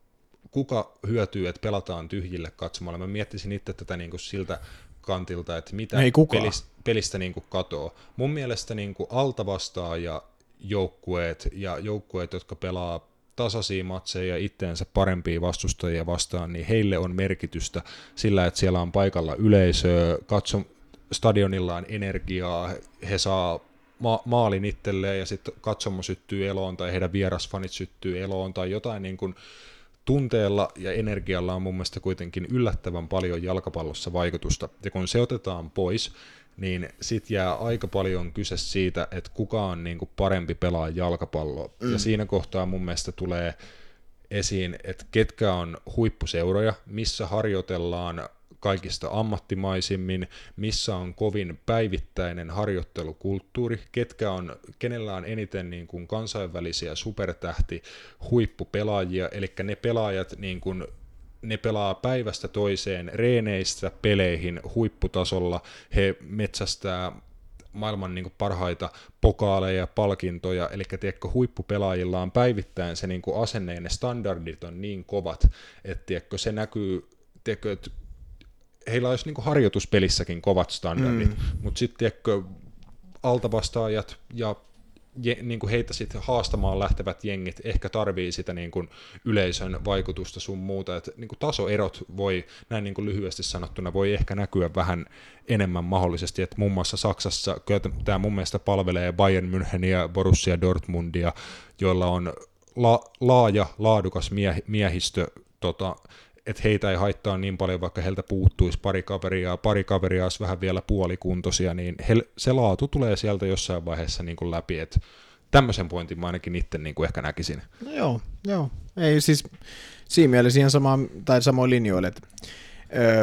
S1: kuka hyötyy, että pelataan tyhjille katsomalle. Mä miettisin itse tätä niin kuin siltä kantilta, että mitä pelistä, pelistä niin kuin katoo. Mun mielestä niin kuin altavastaaja joukkueet ja joukkueet, jotka pelaa tasaisia matseja ja itteensä parempia vastustajia vastaan, niin heille on merkitystä sillä, että siellä on paikalla yleisöä, katso, stadionilla on energiaa, he saa ma- maalin itselleen ja sitten katsomo syttyy eloon tai heidän vierasfanit syttyy eloon tai jotain niin kuin tunteella ja energialla on mun mielestä kuitenkin yllättävän paljon jalkapallossa vaikutusta. Ja kun se otetaan pois, niin sit jää aika paljon kyse siitä, että kuka on niin kuin parempi pelaa jalkapalloa. Mm. Ja siinä kohtaa mun mielestä tulee esiin, että ketkä on huippuseuroja, missä harjoitellaan kaikista ammattimaisimmin, missä on kovin päivittäinen harjoittelukulttuuri, ketkä on, kenellä on eniten niin kuin kansainvälisiä supertähti huippupelaajia, eli ne pelaajat niin kuin ne pelaa päivästä toiseen reeneistä peleihin huipputasolla, he metsästää maailman niin kuin parhaita pokaaleja ja palkintoja, eli tiedätkö, huippupelaajilla on päivittäin se niin kuin asenne ja ne standardit on niin kovat, että tiedätkö, se näkyy, tiedätkö, että heillä olisi niin kuin harjoituspelissäkin kovat standardit, mm. mutta sitten tiedätkö, altavastaajat ja je, niin kuin heitä sitten haastamaan lähtevät jengit ehkä tarvii sitä niin kuin yleisön vaikutusta sun muuta, että niin kuin tasoerot voi, näin niin kuin lyhyesti sanottuna, voi ehkä näkyä vähän enemmän mahdollisesti, että muun muassa Saksassa, kyllä tämä mun mielestä palvelee Bayern Müncheniä, Borussia Dortmundia, joilla on la, laaja, laadukas mie, miehistö, tota, että heitä ei haittaa niin paljon, vaikka heiltä puuttuisi pari kaveria, pari kaveria olisi vähän vielä puolikuntoisia, niin he, se laatu tulee sieltä jossain vaiheessa niin kuin läpi, että tämmöisen pointin mä ainakin itse niin kuin ehkä näkisin.
S3: No joo, joo. Ei siis siinä mielessä ihan sama, tai samoin linjoille. Että, öö,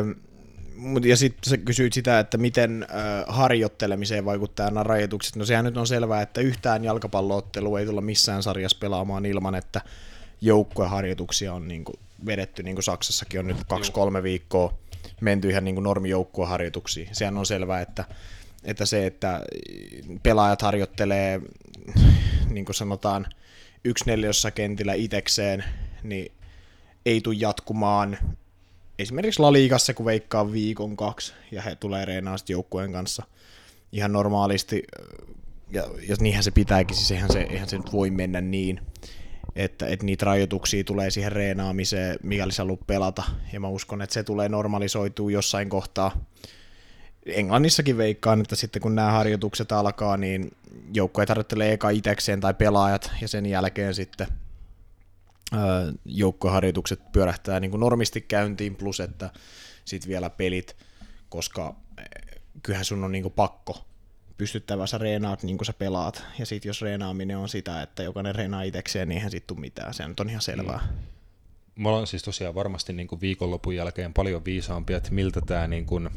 S3: ja sitten sä kysyit sitä, että miten öö, harjoittelemiseen vaikuttaa nämä rajoitukset. No sehän nyt on selvää, että yhtään jalkapallo-ottelua ei tulla missään sarjassa pelaamaan ilman, että joukkueharjoituksia on niin kuin vedetty, niin kuin Saksassakin on nyt kaksi-kolme viikkoa menty ihan niin kuin normijoukkueharjoituksiin. Sehän on selvää, että, että se, että pelaajat harjoittelee, niin kuin sanotaan, yksi neljässä kentillä itekseen, niin ei tule jatkumaan esimerkiksi La Ligassa, kun veikkaa viikon kaksi, ja he tulee reenaamaan joukkueen kanssa ihan normaalisti, ja, ja niinhän se pitääkin, siis eihän se, eihän se nyt voi mennä niin, että, että niitä rajoituksia tulee siihen reenaamiseen, mikäli sä haluat pelata, ja mä uskon, että se tulee normalisoitua jossain kohtaa. Englannissakin veikkaan, että sitten kun nämä harjoitukset alkaa, niin joukkueet harjoittelee eka itekseen tai pelaajat, ja sen jälkeen sitten joukkoharjoitukset pyörähtää niin kuin normisti käyntiin, plus että sitten vielä pelit, koska kyllähän sun on niin kuin pakko pystyttävä, sä reenaat niin kuin sä pelaat, ja sitten jos reenaaminen on sitä, että jokainen reenaa itsekseen, niin eihän sit tule mitään, se nyt on ihan selvää.
S1: Mm. Me ollaan siis tosiaan varmasti niin kuin viikonlopun jälkeen paljon viisaampia, että miltä tämä niin kuin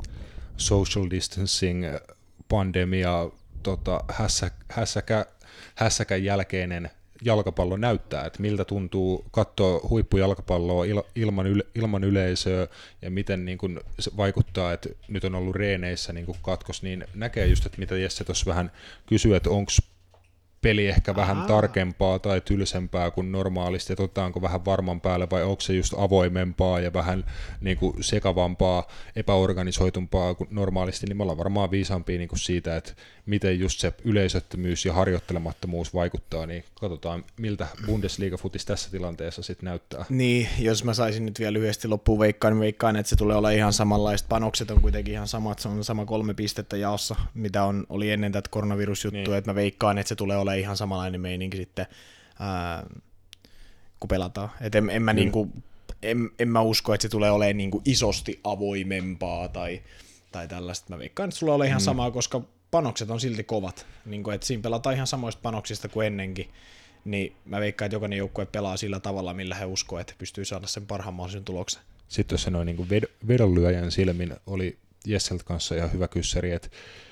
S1: social distancing pandemia, tota, hässä, hässäkä, hässäkän jälkeinen jalkapallo näyttää, että miltä tuntuu katsoa huippujalkapalloa il, ilman, yle, ilman yleisöä ja miten niin kun se vaikuttaa, että nyt on ollut reeneissä niin kun katkos, niin näkee just, että mitä Jesse tuossa vähän kysyy, että onko peli ehkä vähän Aha. tarkempaa tai tylsempää kuin normaalisti, että otetaanko vähän varman päälle vai onko se just avoimempaa ja vähän niin kuin sekavampaa, epäorganisoitumpaa kuin normaalisti, niin me ollaan varmaan viisaampia niin kuin siitä, että miten just se yleisöttömyys ja harjoittelemattomuus vaikuttaa, niin katsotaan miltä Bundesliga-futis tässä tilanteessa sitten näyttää.
S3: Niin, jos mä saisin nyt vielä lyhyesti loppuun veikkaan, niin veikkaan, että se tulee olla ihan samanlaista, panokset on kuitenkin ihan samat, se on sama kolme pistettä jaossa, mitä on, oli ennen tätä koronavirusjuttua, niin. Että mä veikkaan, että se tulee olla ihan samanlainen meininki sitten, ää, kun pelataan. Et en, en, mä niinku, en, en mä usko, että se tulee olemaan niinku isosti avoimempaa tai, tai tällaista. Mä veikkaan, että se tulee olla ihan mm. samaa, koska panokset on silti kovat. Niinku, että siinä pelataan ihan samoista panoksista kuin ennenkin. Niin mä veikkaan, että jokainen joukkue pelaa sillä tavalla, millä he uskoo, että he pystyy saada sen parhaan mahdollisen tuloksen.
S1: Sitten jos se noin niin ved- vedonlyöjän silmin oli Jesseltä kanssa ihan hyvä kyssäri, että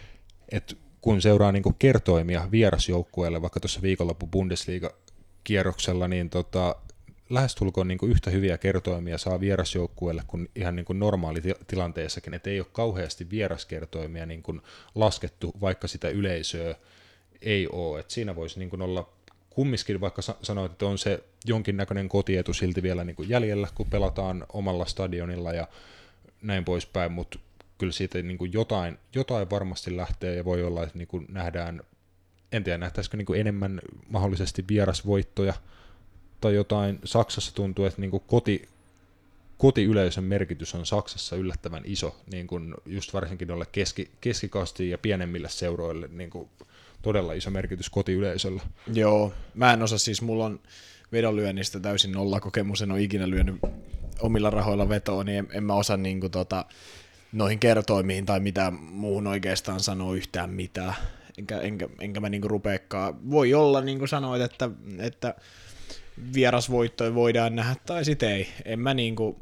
S1: et kun seuraa niin kuin kertoimia vierasjoukkueelle, vaikka tuossa viikonloppu Bundesliga-kierroksella, niin tota, lähestulkoon niin kuin yhtä hyviä kertoimia saa vierasjoukkueelle kuin ihan niin kuin normaalitilanteessakin, että ei ole kauheasti vieraskertoimia niin kuin laskettu, vaikka sitä yleisöä ei ole. Et siinä voisi niin kuin olla kumminkin, vaikka sanoit, että on se jonkinnäköinen kotietu silti vielä niin kuin jäljellä, kun pelataan omalla stadionilla ja näin poispäin, mutta kyllä siitä niin kuin jotain, jotain varmasti lähtee ja voi olla, että niin kuin nähdään, en tiedä nähtäisikö niin kuin enemmän mahdollisesti vierasvoittoja tai jotain. Saksassa tuntuu, että niin kuin koti, kotiyleisön merkitys on Saksassa yllättävän iso, niin kuin just varsinkin noille keski, keskikastiin ja pienemmille seuroille niin kuin todella iso merkitys kotiyleisöllä.
S3: Joo, mä en osaa siis, mulla on vedonlyönnistä täysin nollakokemus, en ole ikinä lyönyt omilla rahoilla vetoa, niin en, en mä osaa niin kuin tota, noihin kertoimiin tai mitään muuhun oikeastaan sanoa yhtään mitään, enkä, enkä, enkä mä niinku rupeakaan. Voi olla, niin kuin sanoit, että, että vierasvoittoja voidaan nähdä, tai sit ei. En mä, niinku,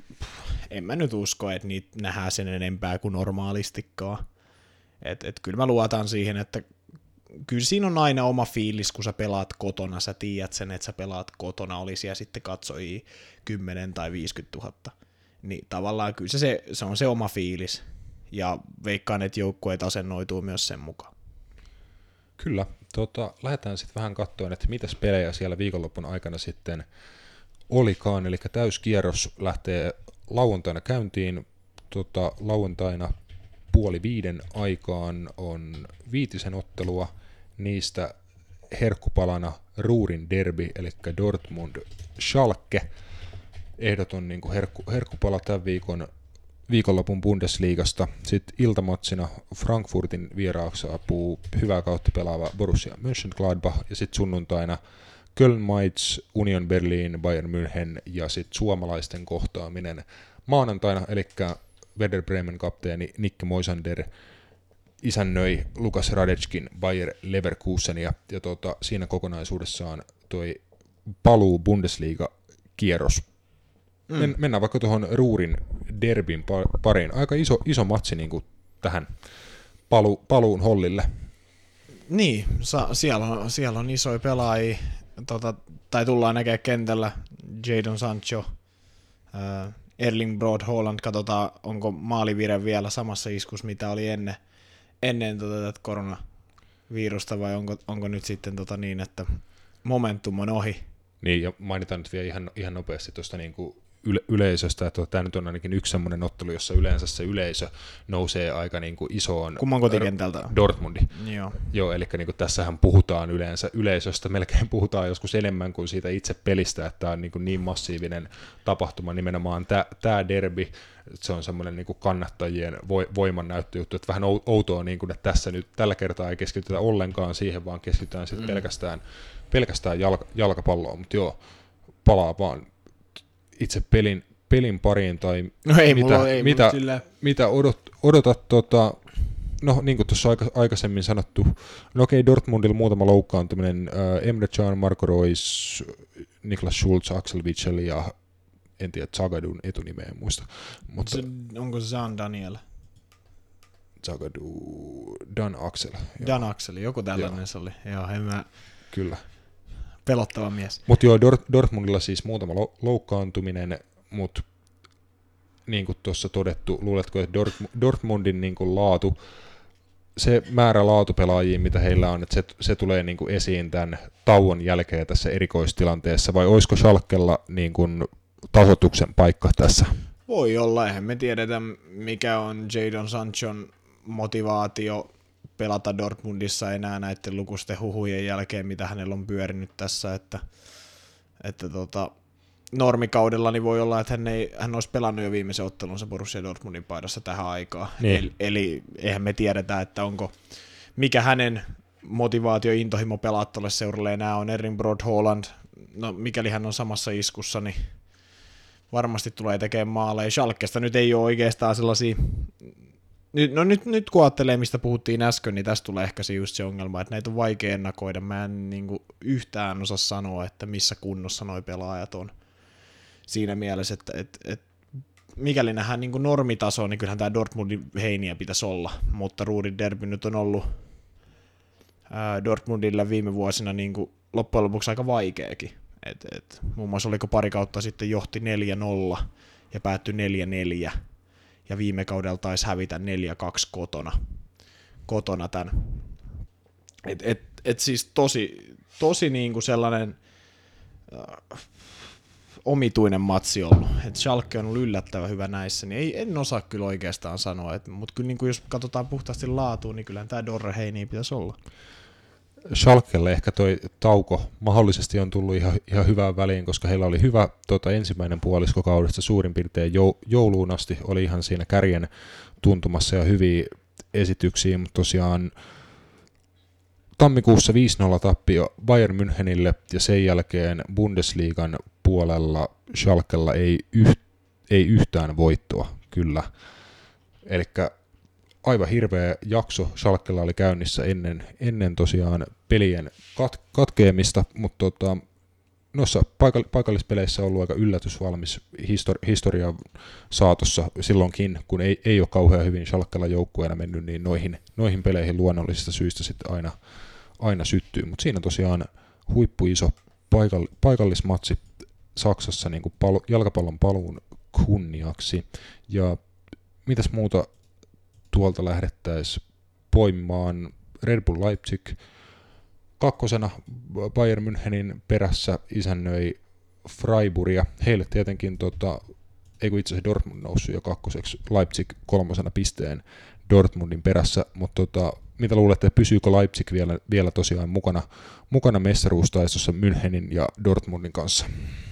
S3: en mä nyt usko, että niitä nähdään sen enempää kuin normaalistikaan. Et, et kyllä mä luotan siihen, että kyllä siinä on aina oma fiilis, kun sä pelaat kotona, sä tiedät sen, että sä pelaat kotona, oli siellä sitten katsojia kymmenen tai viisikymmentätuhatta. Niin tavallaan kyllä se, se, se on se oma fiilis, ja veikkaan, että joukkueet asennoituu myös sen mukaan.
S1: Kyllä, tota, lähdetään sitten vähän katsomaan, että mitäs pelejä siellä viikonloppun aikana sitten olikaan, eli täyskierros lähtee lauantaina käyntiin, tota, lauantaina puoli viiden aikaan on viitisen ottelua, niistä herkkupalana Ruurin derby, eli Dortmund Schalke, ehdoton niin kuin herkku, herkkupala tämän viikon, viikonlopun Bundesliigasta. Sitten iltamatsina Frankfurtin vieraaksi saapuu hyvää kautta pelaava Borussia Mönchengladbach, ja sitten sunnuntaina Köln Mainz, Union Berlin, Bayern München, ja sitten suomalaisten kohtaaminen maanantaina, eli Werder Bremen kapteeni Nikke Moisander isännöi Lukas Radetskin Bayer Leverkusen, ja, ja tota, siinä kokonaisuudessaan toi paluu Bundesliga-kierros. Mm. Men, mennään vaikka tuohon Ruurin derbin pariin. Aika iso, iso matsi niin kuin tähän palu, paluun hollille.
S3: Niin, sa, siellä, on, siellä on isoja pelaajia, tota, tai tullaan näkemään kentällä Jadon Sancho, äh, Erling Broad Haaland, katsotaan onko maalivire vielä samassa iskussa mitä oli ennen, ennen tota, tätä koronavirusta, vai onko, onko nyt sitten tota niin, että momentum on ohi.
S1: Niin, ja mainitaan nyt vielä ihan, ihan nopeasti tuosta niin kuin yle- yleisöstä, että tämä nyt on ainakin yksi semmoinen ottelu, jossa yleensä se yleisö nousee aika niin kuin isoon.
S3: Kumman kotikentältä?
S1: Dortmundi.
S3: Joo.
S1: Joo, eli niin kuin tässähän puhutaan yleensä yleisöstä, melkein puhutaan joskus enemmän kuin siitä itse pelistä, että tämä on niin, kuin niin massiivinen tapahtuma, nimenomaan tämä, tämä derby, se on semmoinen niin kuin kannattajien voimannäyttöjuttu, että vähän outoa, niin kuin, että tässä nyt tällä kertaa ei keskitytä ollenkaan siihen, vaan keskitytään sitten mm. pelkästään, pelkästään jalka, jalkapalloon, mutta joo, palaa vaan itse pelin, pelin pariin, tai
S3: no ei,
S1: mitä,
S3: mulla, ei
S1: mitä,
S3: sillä...
S1: mitä odot, odotat, tota, no niin kuin tuossa aika, aikaisemmin sanottu, no okei, okay, Dortmundilla muutama loukkaantuminen, äh, Emre Can, Marco Reus, Niklas Schulz, Axel Witsel ja en tiedä, Zagadun etunimeä en muista. Mutta
S3: se, onko se Jean Daniel?
S1: Zagadu, Dan Axel.
S3: Dan Axel, joku tällainen joo. Se oli. Joo, en mä...
S1: Kyllä.
S3: Pelottava mies.
S1: Mutta joo, Dort- Dortmundilla siis muutama lo- loukkaantuminen, mutta niin kuin tuossa todettu, luuletko, että Dort- Dortmundin niin kuin laatu, se määrä laatupelaajia, mitä heillä on, että se, se tulee niin kuin esiin tämän tauon jälkeen tässä erikoistilanteessa, vai olisiko Schalkella niin kuin tasoituksen paikka tässä?
S3: Voi olla, eihän me tiedetä, mikä on Jadon Sanchon motivaatio pelata Dortmundissa enää näiden lukuisten huhujen jälkeen, mitä hänellä on pyörinyt tässä, että, että tota, normikaudella niin voi olla, että hän, ei, hän olisi pelannut jo viimeisen ottelunsa Borussia Dortmundin paidassa tähän aikaan.
S1: Niin.
S3: Eli, eli eihän me tiedetä, että onko, mikä hänen motivaatio, intohimo pelaa tuolle seuralle enää on. Erling Brod Haaland, no mikäli hän on samassa iskussa, niin varmasti tulee tekemään maaleja. Schalkesta nyt ei ole oikeastaan sellaisia... No nyt, nyt kun ajattelee, mistä puhuttiin äsken, niin tästä tulee ehkä se just se ongelma, että näitä on vaikea ennakoida. Mä en niin kuin yhtään osaa sanoa, että missä kunnossa noi pelaajat on. Siinä mielessä, että, että, että mikäli nähdään niin kuin normitaso, niin kyllähän tämä Dortmundin heiniä pitäisi olla, mutta Ruudin derby nyt on ollut ää, Dortmundille viime vuosina niin kuin loppujen lopuksi aika vaikeakin. Et, et, muun muassa oliko pari kautta sitten johti neljä nolla ja päättyi neljä neljä. Ja viime kaudella taisi hävitä neljä kaksi kotona, kotona tämän. Et, et, et siis tosi, tosi niinku sellainen äh, omituinen matsi ollut. Et Schalke on ollut yllättävän hyvä näissä, niin ei, en osaa kyllä oikeastaan sanoa. Mutta kyllä niinku jos katsotaan puhtaasti laatuun, niin kyllähän tämä Dorre Heini pitäisi olla.
S1: Schalkelle ehkä toi tauko mahdollisesti on tullut ihan, ihan hyvään väliin, koska heillä oli hyvä tota, ensimmäinen puolisko kaudesta suurin piirtein jou, jouluun asti, oli ihan siinä kärjen tuntumassa ja hyviä esityksiä, mutta tosiaan tammikuussa viisi nolla tappio Bayern Münchenille ja sen jälkeen Bundesliigan puolella Schalkella ei, yh, ei yhtään voittoa, kyllä. Elikkä aivan hirveä jakso Schalkella oli käynnissä ennen, ennen tosiaan pelien kat, katkeamista, mutta tota, noissa paikall- paikallispeleissä on ollut aika yllätysvalmis histori- historian saatossa silloinkin, kun ei, ei ole kauhean hyvin Schalkella joukkueena mennyt, niin noihin, noihin peleihin luonnollisista syistä sitten aina, aina syttyy. Mutta siinä tosiaan huippuiso paikall- paikallismatsi Saksassa niin kuin palo- jalkapallon paluun kunniaksi. Ja mitäs muuta tuolta lähdettäisiin poimimaan? Red Bull Leipzig kakkosena Bayern Münchenin perässä isännöi Freiburgia. Heille tietenkin, tota, ei kun itse asiassa Dortmund noussut jo kakkoseksi, Leipzig kolmosena pisteen Dortmundin perässä, mutta tota, mitä luulette, pysyykö Leipzig vielä, vielä tosiaan mukana, mukana mestaruustaistossa Münchenin ja Dortmundin kanssa?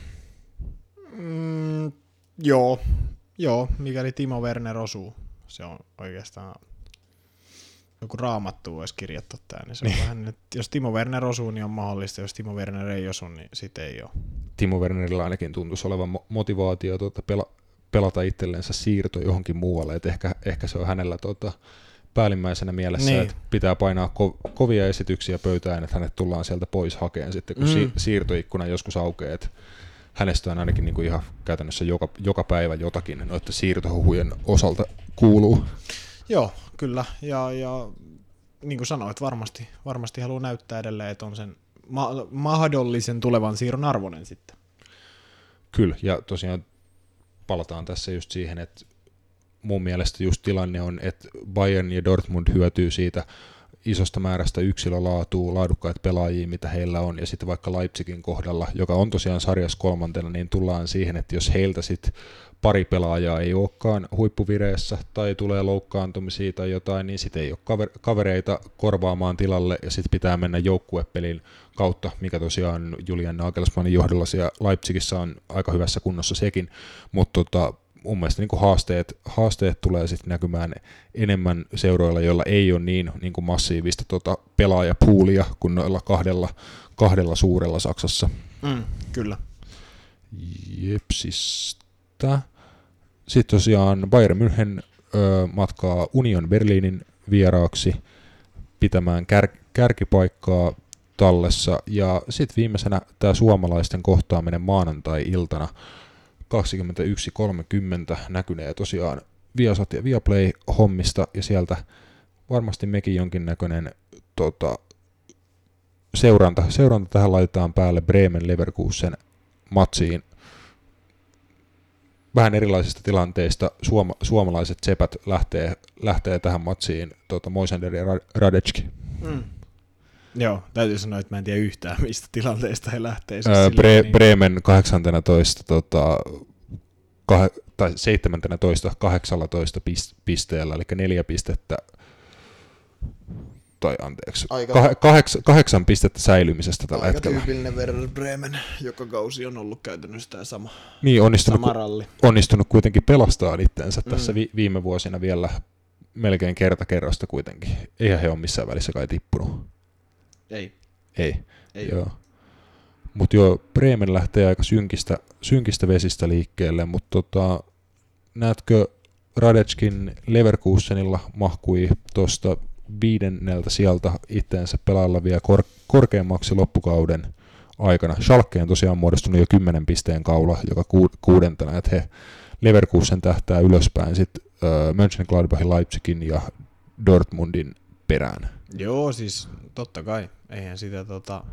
S3: Mm, joo, joo, mikäli Timo Werner osuu. Se on oikeastaan, joku raamattu voisi kirjoittaa tämä, niin se on vähän, että jos Timo Werner osuu, niin on mahdollista, jos Timo Werner ei osu, niin sitten ei ole.
S1: Timo Wernerillä ainakin tuntuisi olevan motivaatio tuota, pela, pelata itsellensä siirto johonkin muualle, että ehkä, ehkä se on hänellä tuota, päällimmäisenä mielessä, niin, että pitää painaa ko- kovia esityksiä pöytään, että hänet tullaan sieltä pois hakeen sitten, kun mm. si- siirtoikkuna joskus aukeaa, että hänestä on ainakin niin kuin ihan käytännössä joka, joka päivä jotakin noiden siirtohuhujen osalta kuuluu.
S3: Joo, kyllä. Ja, ja niin kuin sanoit, varmasti, varmasti haluaa näyttää edelleen, että on sen ma- mahdollisen tulevan siirron arvoinen sitten.
S1: Kyllä, ja tosiaan palataan tässä just siihen, että mun mielestä just tilanne on, että Bayern ja Dortmund hyötyy siitä isosta määrästä yksilölaatua, laadukkaita pelaajia, mitä heillä on, ja sitten vaikka Leipzigin kohdalla, joka on tosiaan sarjassa kolmantena, niin tullaan siihen, että jos heiltä sitten pari pelaajaa ei olekaan huippuvireessä, tai tulee loukkaantumisia tai jotain, niin sitten ei ole kavereita korvaamaan tilalle, ja sitten pitää mennä joukkuepelin kautta, mikä tosiaan Julian Nagelsmannin johdolla siellä Leipzigissä on aika hyvässä kunnossa sekin, mutta tota, mun mielestä niin kuin haasteet, haasteet tulee sitten näkymään enemmän seuroilla, joilla ei ole niin, niin kuin massiivista tota pelaajapuulia kuin noilla kahdella, kahdella suurella Saksassa.
S3: Mm, kyllä.
S1: Jepsistä. Sitten tosiaan Bayern München ö, matkaa Union Berlinin vieraaksi pitämään kär- kärkipaikkaa tallessa. Ja sitten viimeisenä tämä suomalaisten kohtaaminen maanantai-iltana kaksikymmentäyksi kolmekymmentä näkynee tosiaan Viasat ja Viaplay-hommista, ja sieltä varmasti mekin jonkinnäköinen tota, seuranta, seuranta tähän laitetaan päälle Bremen Leverkusen matsiin. Vähän erilaisista tilanteista suoma, suomalaiset sepät lähtee, lähtee tähän matsiin, tota, Moisander ja Radecki. Mm.
S3: Joo, täytyy sanoa, että mä en tiedä yhtään, mistä tilanteista he lähtee.
S1: Öö, Bre- niin... Bremen kahdeksantoista tota, kah- tai seitsemäntoista kahdeksallatoista pisteellä, eli neljä pistettä, tai anteeksi, Kah- kaheksan, kahdeksan pistettä säilymisestä tällä
S3: aika
S1: hetkellä.
S3: Aika tyypillinen Werder Bremen, joka kausi on ollut käytännössä tämä sama,
S1: niin, onnistunut,
S3: sama ralli.
S1: Onnistunut kuitenkin pelastaa itseensä mm. tässä vi- viime vuosina vielä melkein kerta kerrasta kuitenkin. Eihän he ole missään välissä kai tippunut.
S3: Ei.
S1: Ei,
S3: Ei.
S1: Joo. Mutta joo, Bremen lähtee aika synkistä, synkistä vesistä liikkeelle, mutta tota, näetkö Radeckin Leverkusenilla mahkui tuosta viidenneltä sieltä itteensä pelailla vielä kor- korkeammaksi loppukauden aikana. Schalke on tosiaan muodostunut jo kymmenen pisteen kaula, joka ku- kuudentena, että he Leverkusen tähtää ylöspäin sitten äh, Mönchengladbachin, Leipzigin ja Dortmundin perään.
S3: Joo, siis totta kai. Eihän sitä tota,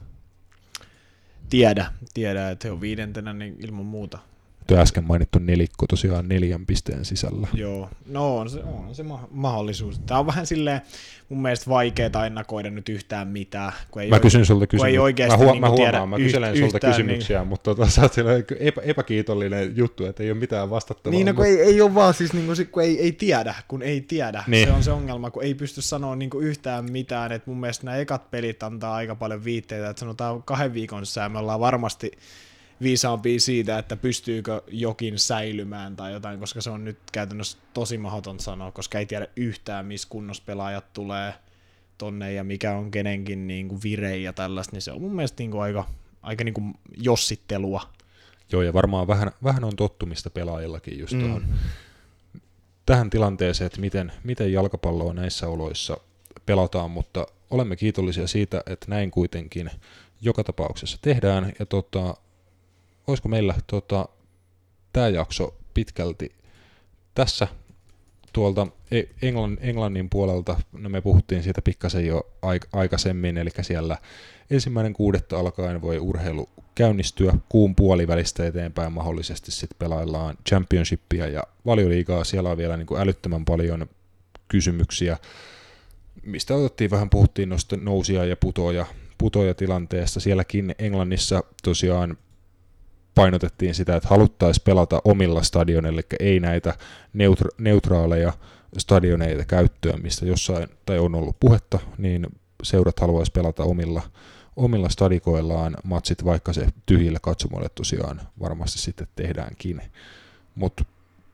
S3: tiedä, tiedä, että he on viidentenä niin ilman muuta.
S1: Tuo äsken mainittu nelikko tosiaan neljän pisteen sisällä.
S3: Joo, no on se, on se ma- mahdollisuus. Tämä on vähän silleen mun mielestä vaikeaa ennakoida nyt yhtään mitään. Kun ei
S1: mä
S3: oike-
S1: kysyn sulta kysymyksiä. Mä, huo-
S3: niin
S1: mä huomaan,
S3: tiedä
S1: mä kyselen
S3: yht-
S1: sulta
S3: yhtään,
S1: kysymyksiä,
S3: niin...
S1: mutta tota, sä oot epä- epäkiitollinen juttu, että ei ole mitään vastattavaa.
S3: Niin, no, kun ei, ei ole vaan siis, niin kun, kun ei, ei tiedä, kun ei tiedä.
S1: Niin.
S3: Se on se ongelma, kun ei pysty sanoa niin yhtään mitään. Et mun mielestä nämä ekat pelit antaa aika paljon viitteitä, että sanotaan kahden viikon sisään me ollaan varmasti viisaampia siitä, että pystyykö jokin säilymään tai jotain, koska se on nyt käytännössä tosi mahdoton sanoa, koska ei tiedä yhtään, missä kunnossa pelaajat tulee tonne ja mikä on kenenkin niin kuin vire ja tällaista, niin se on mun mielestä niin kuin aika, aika niin kuin jossittelua.
S1: Joo, ja varmaan vähän, vähän on tottumista pelaajillakin just
S3: mm.
S1: tuohon, tähän tilanteeseen, että miten, miten jalkapalloa näissä oloissa pelataan, mutta olemme kiitollisia siitä, että näin kuitenkin joka tapauksessa tehdään, ja tota, olisiko meillä tota, tämä jakso pitkälti tässä tuolta Englannin, Englannin puolelta, no me puhuttiin siitä pikkasen jo aik- aikaisemmin, eli siellä ensimmäinen kuudetta alkaen voi urheilu käynnistyä, kuun puolivälistä eteenpäin mahdollisesti sitten pelaillaan Championshipia ja Valioliigaa, siellä on vielä niin kuin älyttömän paljon kysymyksiä, mistä otettiin vähän, puhuttiin noista nousia ja putoja, putoja tilanteesta, sielläkin Englannissa tosiaan painotettiin sitä, että haluttaisiin pelata omilla stadioneilla, eli ei näitä neutra- neutraaleja stadioneita käyttöön, mistä jossain, tai on ollut puhetta, niin seurat haluaisi pelata omilla, omilla stadikoillaan matsit, vaikka se tyhjille katsomoille tosiaan varmasti sitten tehdäänkin. Mutta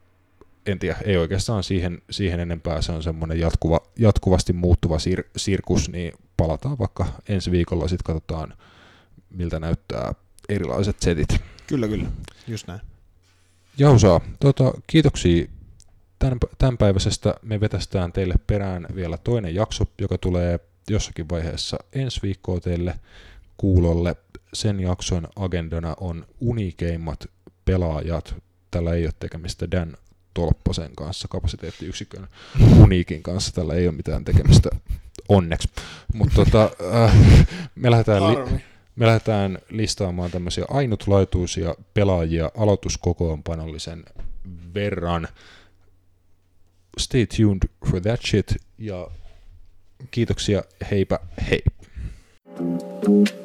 S1: en tiedä, ei oikeastaan siihen, siihen enempää, se on semmoinen jatkuva, jatkuvasti muuttuva sir- sirkus, niin palataan vaikka ensi viikolla, sitten katsotaan, miltä näyttää erilaiset setit.
S3: Kyllä, kyllä. Just näin.
S1: Jausaa, tota, kiitoksia tämän, tämänpäiväisestä. Me vetästään teille perään vielä toinen jakso, joka tulee jossakin vaiheessa ensi viikkoa teille kuulolle. Sen jakson agendana on unikeimmat pelaajat. Tällä ei ole tekemistä Dan Tolpposen kanssa, kapasiteettiyksikön uniikin kanssa. Tällä ei ole mitään tekemistä onneksi. Mutta tota, äh, me lähdetään... Li- Me lähdetään listaamaan tämmöisiä ainutlaatuisia pelaajia aloituskokoonpanollisen verran. Stay tuned for that shit ja kiitoksia, heipä hei.